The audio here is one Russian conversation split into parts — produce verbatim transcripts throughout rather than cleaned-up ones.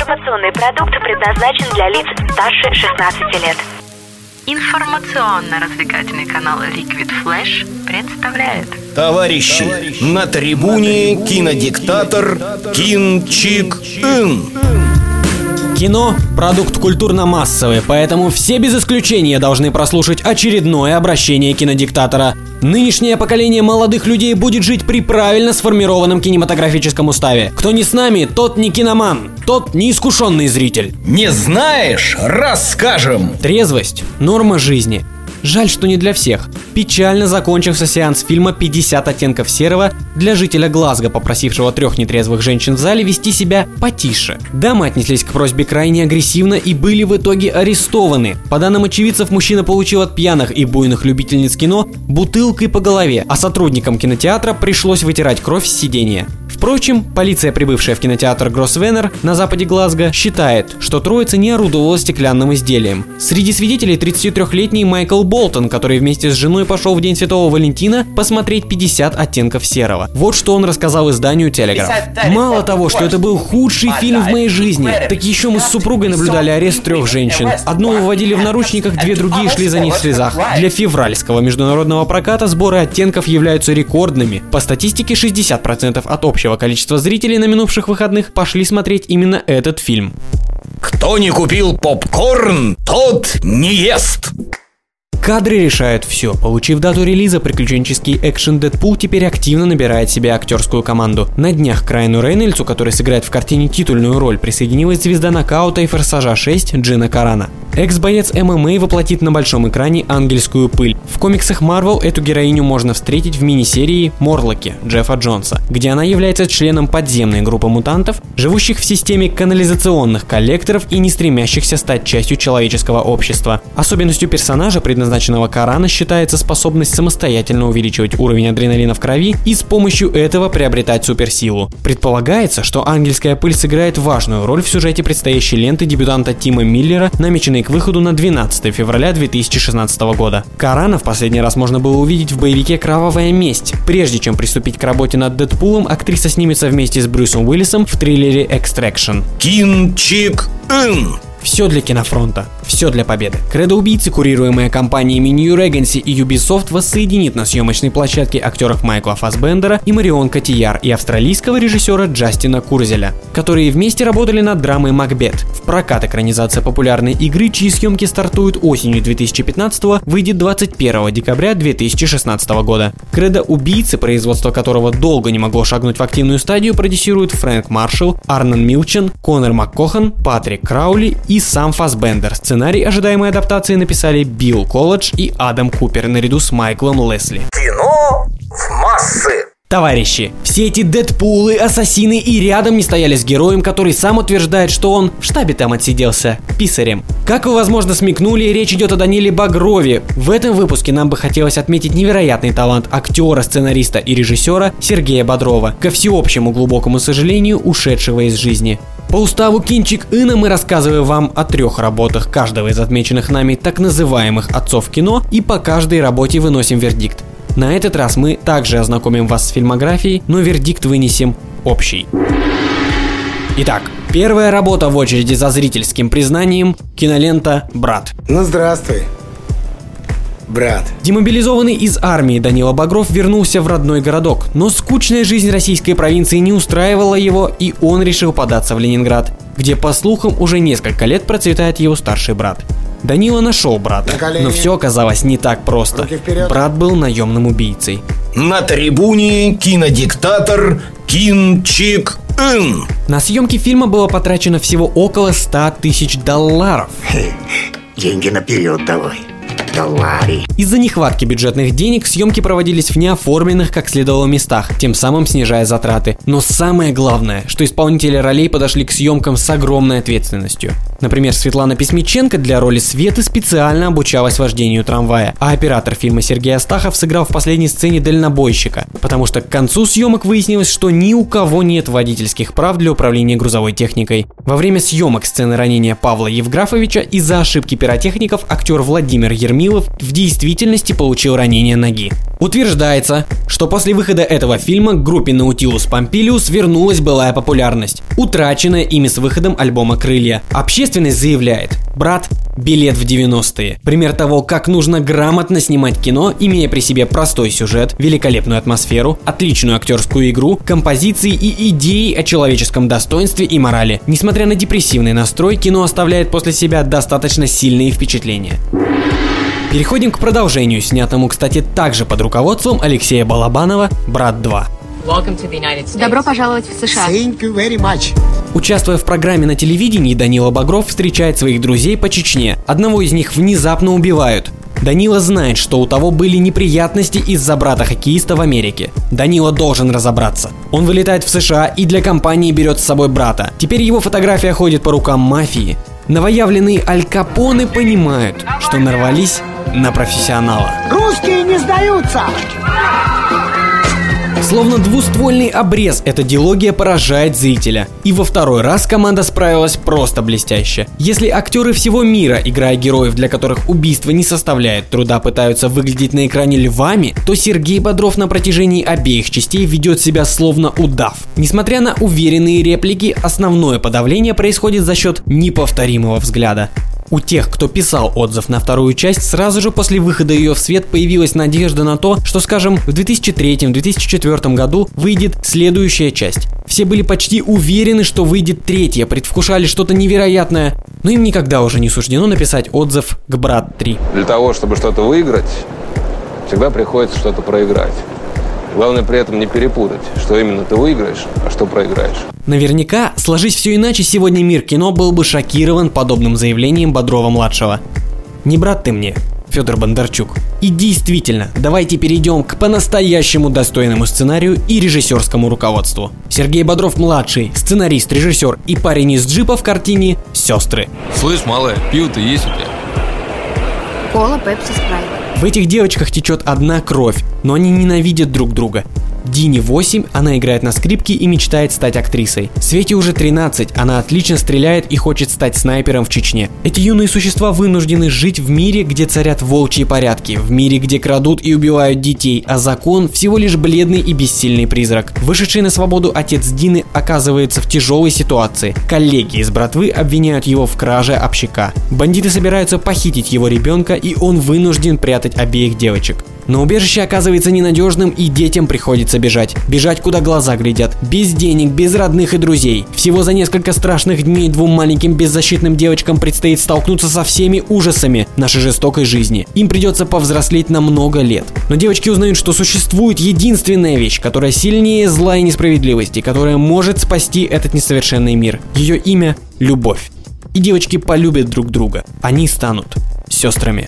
Информационный продукт предназначен для лиц старше шестнадцати лет. Информационно-развлекательный канал Liquid Flash представляет. Товарищи, Товарищи на трибуне кинодиктатор Кин Чик Ын. Кино – продукт культурно-массовый, поэтому все без исключения должны прослушать очередное обращение кинодиктатора. Нынешнее поколение молодых людей будет жить при правильно сформированном кинематографическом уставе. Кто не с нами, тот не киноман, тот неискушенный зритель. Не знаешь? Расскажем! Трезвость – норма жизни. Жаль, что не для всех. Печально закончился сеанс фильма «пятьдесят оттенков серого» для жителя Глазго, попросившего трех нетрезвых женщин в зале вести себя потише. Дамы отнеслись к просьбе крайне агрессивно и были в итоге арестованы. По данным очевидцев, мужчина получил от пьяных и буйных любительниц кино бутылкой по голове, а сотрудникам кинотеатра пришлось вытирать кровь с сиденья. Впрочем, полиция, прибывшая в кинотеатр Гроссвеннер на западе Глазго, считает, что троица не орудовала стеклянным изделием. Среди свидетелей тридцатитрёхлетний Майкл Болтон, который вместе с женой пошел в день Святого Валентина посмотреть пятьдесят оттенков серого. Вот что он рассказал изданию Телеграф. Мало того, что это был худший фильм в моей жизни, так еще мы с супругой наблюдали арест трех женщин. Одну выводили в наручниках, две другие шли за ней в слезах. Для февральского международного проката сборы оттенков являются рекордными. По статистике, шестьдесят процентов от общего количества зрителей на минувших выходных пошли смотреть именно этот фильм. Кто не купил попкорн, тот не ест. Кадры решают все. Получив дату релиза, приключенческий экшен «Дэдпул» теперь активно набирает себе актерскую команду. На днях к Райану Рейнольдсу, который сыграет в картине титульную роль, присоединилась звезда «Нокаута» и «Форсажа шесть» Джина Карана. Экс-боец эм эм а воплотит на большом экране ангельскую пыль. В комиксах Marvel эту героиню можно встретить в мини-серии «Морлоки» Джеффа Джонса, где она является членом подземной группы мутантов, живущих в системе канализационных коллекторов и не стремящихся стать частью человеческого общества. Особенностью персонажа, предназначенного Карана, считается способность самостоятельно увеличивать уровень адреналина в крови и с помощью этого приобретать суперсилу. Предполагается, что ангельская пыль сыграет важную роль в сюжете предстоящей ленты дебютанта Тима Миллера, намеченной к выходу на двенадцатое февраля две тысячи шестнадцатого года. Карана в последний раз можно было увидеть в боевике «Кровавая месть». Прежде чем приступить к работе над Дэдпулом, актриса снимется вместе с Брюсом Уиллисом в триллере «Экстракшн». Кин Чик Ын. Все для кинофронта, все для победы. Кредо убийцы, курируемая компаниями New Regency и Ubisoft, воссоединит на съемочной площадке актеров Майкла Фассбендера и Марион Котийяр и австралийского режиссера Джастина Курзеля, которые вместе работали над драмой «Макбет». В прокат экранизация популярной игры, чьи съемки стартуют осенью две тысячи пятнадцатого, выйдет двадцать первого декабря две тысячи шестнадцатого года. Кредо убийцы, производство которого долго не могло шагнуть в активную стадию, продюсируют Фрэнк Маршалл, Арнон Милчен, Конор МакКохан, Патрик Краули и сам Фассбендер. Сценарий ожидаемой адаптации написали Билл Колледж и Адам Купер наряду с Майклом Лесли. Кино в массы. Товарищи, все эти Дэдпулы, ассасины и рядом не стояли с героем, который сам утверждает, что он в штабе там отсиделся писарем. Как вы, возможно, смекнули, речь идет о Даниле Багрове. В этом выпуске нам бы хотелось отметить невероятный талант актера, сценариста и режиссера Сергея Бодрова, ко всеобщему глубокому сожалению, ушедшего из жизни. По уставу Кинчик Ына мы рассказываем вам о трех работах каждого из отмеченных нами так называемых отцов кино и по каждой работе выносим вердикт. На этот раз мы также ознакомим вас с фильмографией, но вердикт вынесем общий. Итак, первая работа в очереди за зрительским признанием – кинолента «Брат». Ну здравствуй, брат. Демобилизованный из армии Данила Багров вернулся в родной городок, но скучная жизнь российской провинции не устраивала его, и он решил податься в Ленинград, где, по слухам, уже несколько лет процветает его старший брат. Данила нашел брата, но все оказалось не так просто. Брат был наемным убийцей. На трибуне кинодиктатор Кин Чик Ын. На съемки фильма было потрачено всего около ста тысяч долларов. Деньги наперед давай. Доллары. Из-за нехватки бюджетных денег съемки проводились в неоформленных как следовало местах, тем самым снижая затраты. Но самое главное, что исполнители ролей подошли к съемкам с огромной ответственностью. Например, Светлана Письмиченко для роли Светы специально обучалась вождению трамвая, а оператор фильма Сергей Астахов сыграл в последней сцене дальнобойщика, потому что к концу съемок выяснилось, что ни у кого нет водительских прав для управления грузовой техникой. Во время съемок сцены ранения Павла Евграфовича из-за ошибки пиротехников актер Владимир Ермилов в действительности получил ранение ноги. Утверждается, что после выхода этого фильма группе Nautilus Pompilius вернулась былая популярность, утраченная ими с выходом альбома «Крылья». Общественность заявляет: брат, билет в девяностые. Пример того, как нужно грамотно снимать кино, имея при себе простой сюжет, великолепную атмосферу, отличную актерскую игру, композиции и идеи о человеческом достоинстве и морали. Несмотря на депрессивный настрой, кино оставляет после себя достаточно сильные впечатления. Переходим к продолжению, снятому, кстати, также под руководством Алексея Балабанова, «Брат два». Добро пожаловать в США. Thank you very much. Участвуя в программе на телевидении, Данила Багров встречает своих друзей по Чечне. Одного из них внезапно убивают. Данила знает, что у того были неприятности из-за брата-хоккеиста в Америке. Данила должен разобраться. Он вылетает в США и для компании берет с собой брата. Теперь его фотография ходит по рукам мафии. Новоявленные Аль Капоне понимают, что нарвались на профессионала. Русские не сдаются! Словно двуствольный обрез, эта дилогия поражает зрителя. И во второй раз команда справилась просто блестяще. Если актеры всего мира, играя героев, для которых убийство не составляет труда, пытаются выглядеть на экране львами, то Сергей Бодров на протяжении обеих частей ведет себя словно удав. Несмотря на уверенные реплики, основное подавление происходит за счет неповторимого взгляда. У тех, кто писал отзыв на вторую часть, сразу же после выхода ее в свет появилась надежда на то, что, скажем, в две тысячи третьем - две тысячи четвёртом году выйдет следующая часть. Все были почти уверены, что выйдет третья, предвкушали что-то невероятное, но им никогда уже не суждено написать отзыв к «Брат три». Для того, чтобы что-то выиграть, всегда приходится что-то проиграть. Главное при этом не перепутать, что именно ты выиграешь, а что проиграешь. Наверняка, сложись все иначе, сегодня мир кино был бы шокирован подобным заявлением Бодрова-младшего. Не брат ты мне, Федор Бондарчук. И действительно, давайте перейдем к по-настоящему достойному сценарию и режиссерскому руководству. Сергей Бодров-младший, сценарист, режиссер и парень из джипа в картине «Сестры». Слышь, малая, пиво-то есть у тебя? Кола, пепси, спрайт. В этих девочках течет одна кровь, но они ненавидят друг друга. Дине восемь, она играет на скрипке и мечтает стать актрисой. Свете уже тринадцать, она отлично стреляет и хочет стать снайпером в Чечне. Эти юные существа вынуждены жить в мире, где царят волчьи порядки, в мире, где крадут и убивают детей, а закон всего лишь бледный и бессильный призрак. Вышедший на свободу отец Дины оказывается в тяжелой ситуации. Коллеги из братвы обвиняют его в краже общака. Бандиты собираются похитить его ребенка, и он вынужден прятать обеих девочек. Но убежище оказывается ненадежным, и детям приходится бежать. Бежать, куда глаза глядят. Без денег, без родных и друзей. Всего за несколько страшных дней двум маленьким беззащитным девочкам предстоит столкнуться со всеми ужасами нашей жестокой жизни. Им придется повзрослеть на много лет. Но девочки узнают, что существует единственная вещь, которая сильнее зла и несправедливости, которая может спасти этот несовершенный мир. Ее имя – любовь. И девочки полюбят друг друга. Они станут сестрами.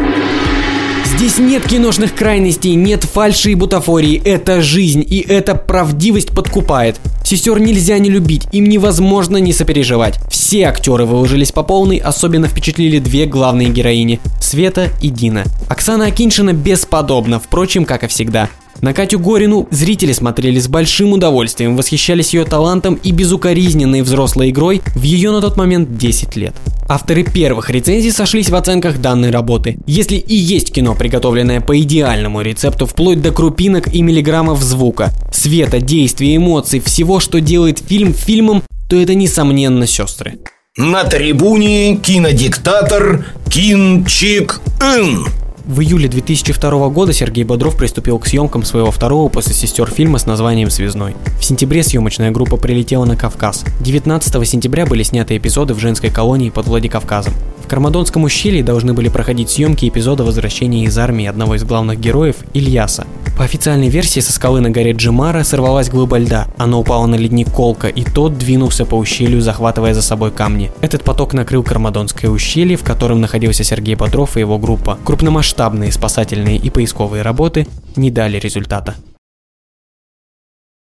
Здесь нет киношных крайностей, нет фальши и бутафории, это жизнь, и эта правдивость подкупает. Сестер нельзя не любить, им невозможно не сопереживать. Все актеры выложились по полной, особенно впечатлили две главные героини – Света и Дина. Оксана Акиньшина бесподобна, впрочем, как и всегда. На Катю Горину зрители смотрели с большим удовольствием, восхищались ее талантом и безукоризненной взрослой игрой в ее на тот момент десять лет. Авторы первых рецензий сошлись в оценках данной работы. Если и есть кино, приготовленное по идеальному рецепту, вплоть до крупинок и миллиграммов звука, света, действий, эмоций, всего, что делает фильм фильмом, то это, несомненно, «Сестры». На трибуне кинодиктатор Кин Чик Ын. В июле две тысячи второго года Сергей Бодров приступил к съемкам своего второго после «Сестер» фильма с названием «Связной». В сентябре съемочная группа прилетела на Кавказ. девятнадцатого сентября были сняты эпизоды в женской колонии под Владикавказом. В Кармадонском ущелье должны были проходить съемки эпизода возвращения из армии одного из главных героев – Ильяса. По официальной версии, со скалы на горе Джимара сорвалась глыба льда. Она упала на ледник Колка, и тот двинулся по ущелью, захватывая за собой камни. Этот поток накрыл Кармадонское ущелье, в котором находился Сергей Бодров и его группа. Крупномасштабные спасательные и поисковые работы не дали результата.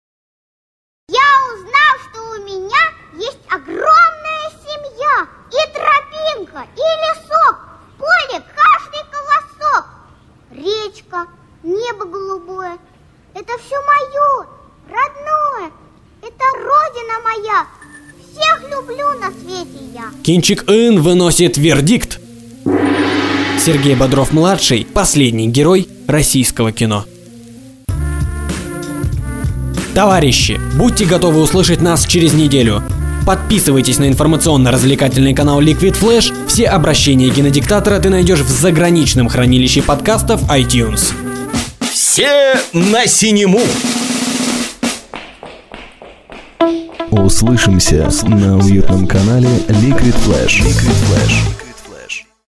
Я узнал, что у меня есть огромная семья. И на свете я. Кинчик Ин выносит вердикт. Сергей Бодров-младший – последний герой российского кино. Товарищи, будьте готовы услышать нас через неделю. Подписывайтесь на информационно-развлекательный канал Liquid Flash. Все обращения кинодиктатора ты найдешь в заграничном хранилище подкастов iTunes. Все на синему! Услышимся на уютном канале Liquid Flash. Liquid Flash.